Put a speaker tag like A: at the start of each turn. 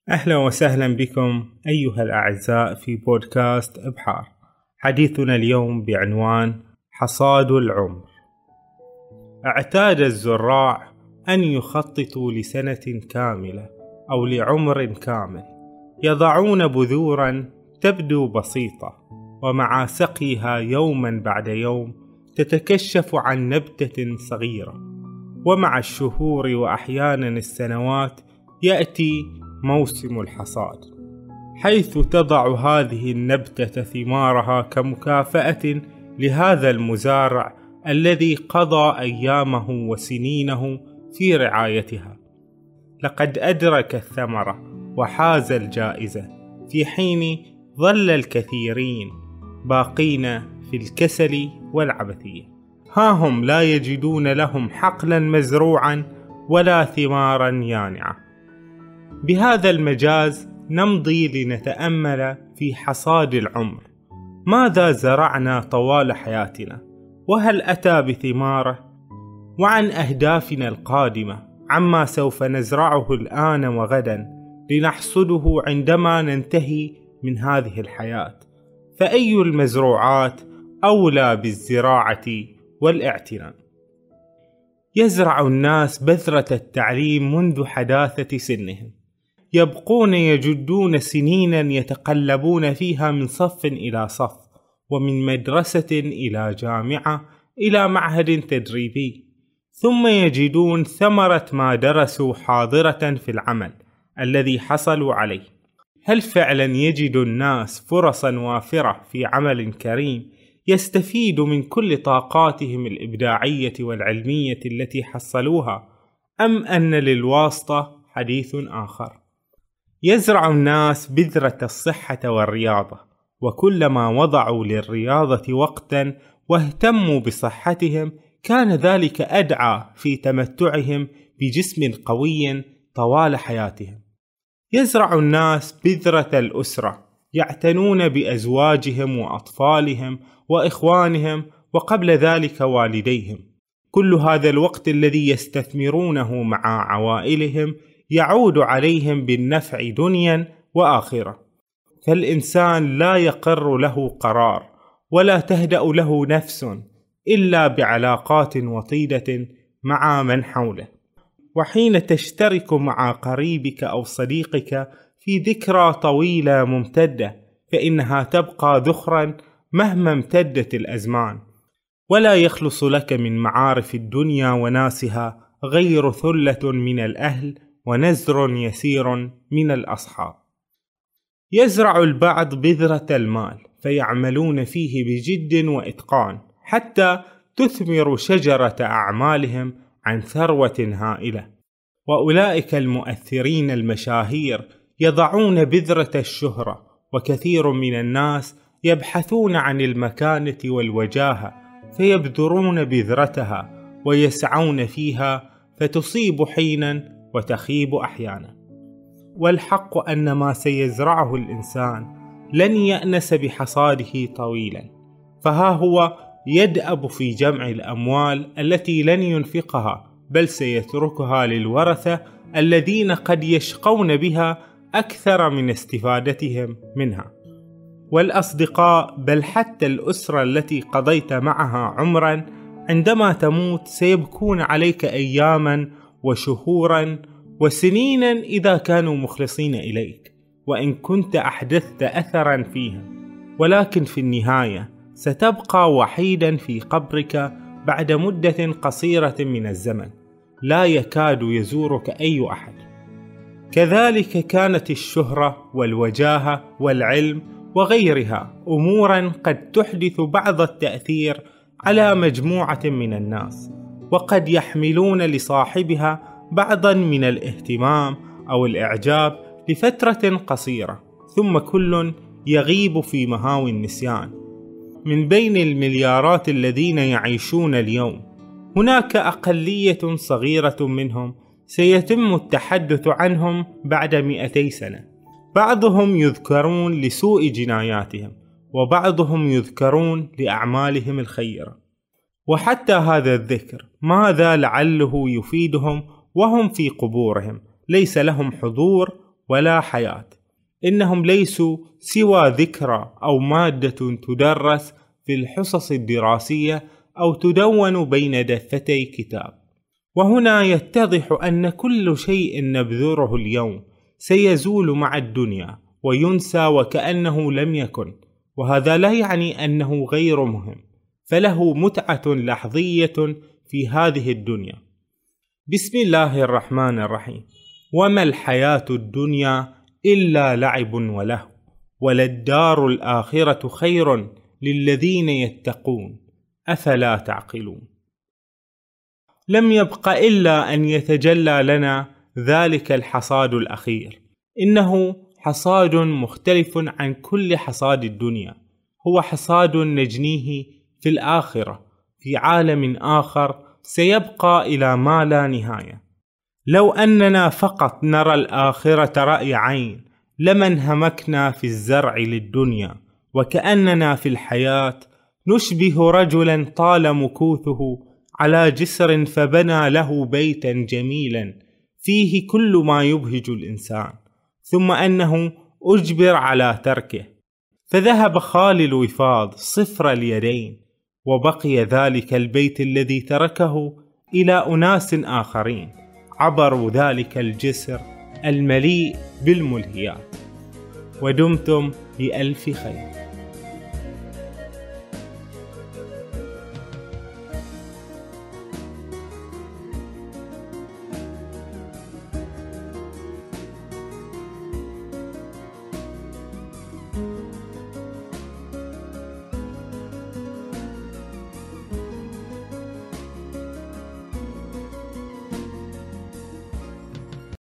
A: أهلا وسهلا بكم أيها الأعزاء في بودكاست إبحار. حديثنا اليوم بعنوان حصاد العمر. اعتاد الزراع أن يخططوا لسنة كاملة أو لعمر كامل، يضعون بذورا تبدو بسيطة، ومع سقيها يوما بعد يوم تتكشف عن نبتة صغيرة، ومع الشهور وأحيانا السنوات يأتي موسم الحصاد، حيث تضع هذه النبتة ثمارها كمكافأة لهذا المزارع الذي قضى أيامه وسنينه في رعايتها. لقد أدرك الثمرة وحاز الجائزة، في حين ظل الكثيرين باقين في الكسل والعبثية. ها هم لا يجدون لهم حقلا مزروعا ولا ثمارا يانعة. بهذا المجاز نمضي لنتأمل في حصاد العمر. ماذا زرعنا طوال حياتنا؟ وهل أتى بثماره؟ وعن أهدافنا القادمة، عما سوف نزرعه الآن وغدا لنحصده عندما ننتهي من هذه الحياة. فأي المزروعات أولى بالزراعة والاعتناء؟ يزرع الناس بذرة التعليم منذ حداثة سنهم، يبقون يجدون سنينا يتقلبون فيها من صف إلى صف، ومن مدرسة إلى جامعة إلى معهد تدريبي، ثم يجدون ثمرة ما درسوا حاضرة في العمل الذي حصلوا عليه. هل فعلا يجد الناس فرصا وافرة في عمل كريم يستفيد من كل طاقاتهم الإبداعية والعلمية التي حصلوها، أم أن للواسطة حديث آخر؟ يزرع الناس بذرة الصحة والرياضة، وكلما وضعوا للرياضة وقتا واهتموا بصحتهم كان ذلك أدعى في تمتعهم بجسم قوي طوال حياتهم. يزرع الناس بذرة الأسرة، يعتنون بأزواجهم وأطفالهم وإخوانهم، وقبل ذلك والديهم. كل هذا الوقت الذي يستثمرونه مع عوائلهم يعود عليهم بالنفع دنيا وآخرة. فالإنسان لا يقر له قرار ولا تهدأ له نفس إلا بعلاقات وطيدة مع من حوله. وحين تشترك مع قريبك أو صديقك في ذكرى طويلة ممتدة، فإنها تبقى ذخرا مهما امتدت الأزمان، ولا يخلص لك من معارف الدنيا وناسها غير ثلة من الأهل ونزر يسير من الأصحاب. يزرع البعض بذرة المال، فيعملون فيه بجد وإتقان حتى تثمر شجرة أعمالهم عن ثروة هائلة. وأولئك المؤثرين المشاهير يضعون بذرة الشهرة، وكثير من الناس يبحثون عن المكانة والوجاهة فيبذرون بذرتها ويسعون فيها، فتصيب حينا وتخيب أحيانا. والحق أن ما سيزرعه الإنسان لن يأنس بحصاده طويلا، فها هو يدأب في جمع الأموال التي لن ينفقها، بل سيتركها للورثة الذين قد يشقون بها أكثر من استفادتهم منها. والأصدقاء، بل حتى الأسرة التي قضيت معها عمرا، عندما تموت سيبكون عليك أياما وشهورا وسنينا إذا كانوا مخلصين إليك، وإن كنت أحدثت أثرا فيها. ولكن في النهاية ستبقى وحيدا في قبرك بعد مدة قصيرة من الزمن، لا يكاد يزورك أي أحد. كذلك كانت الشهرة والوجاهة والعلم وغيرها أمورا قد تحدث بعض التأثير على مجموعة من الناس، وقد يحملون لصاحبها بعضا من الاهتمام أو الإعجاب لفترة قصيرة، ثم كل يغيب في مهاوي النسيان. من بين المليارات الذين يعيشون اليوم، هناك أقلية صغيرة منهم سيتم التحدث عنهم بعد 200 سنة. بعضهم يذكرون لسوء جناياتهم، وبعضهم يذكرون لأعمالهم الخيرة. وحتى هذا الذكر ماذا لعله يفيدهم وهم في قبورهم؟ ليس لهم حضور ولا حياة، إنهم ليسوا سوى ذكرى أو مادة تدرس في الحصص الدراسية أو تدون بين دفتي كتاب. وهنا يتضح أن كل شيء نبذره اليوم سيزول مع الدنيا وينسى وكأنه لم يكن، وهذا لا يعني أنه غير مهم، فله متعة لحظية في هذه الدنيا. بسم الله الرحمن الرحيم. وما الحياة الدنيا إلا لعب وله، وللدار الآخرة خير للذين يتقون أفلا تعقلون. لم يبق إلا أن يتجلى لنا ذلك الحصاد الأخير، إنه حصاد مختلف عن كل حصاد الدنيا، هو حصاد نجنيه في الآخرة في عالم آخر سيبقى إلى ما لا نهاية. لو أننا فقط نرى الآخرة رأي عين لما انهمكنا في الزرع للدنيا، وكأننا في الحياة نشبه رجلا طال مكوثه على جسر فبنى له بيتا جميلا فيه كل ما يبهج الإنسان، ثم أنه أجبر على تركه فذهب خالي الوفاض صفر اليدين، وبقي ذلك البيت الذي تركه إلى أناس آخرين عبروا ذلك الجسر المليء بالملهيات. ودمتم بألف خير.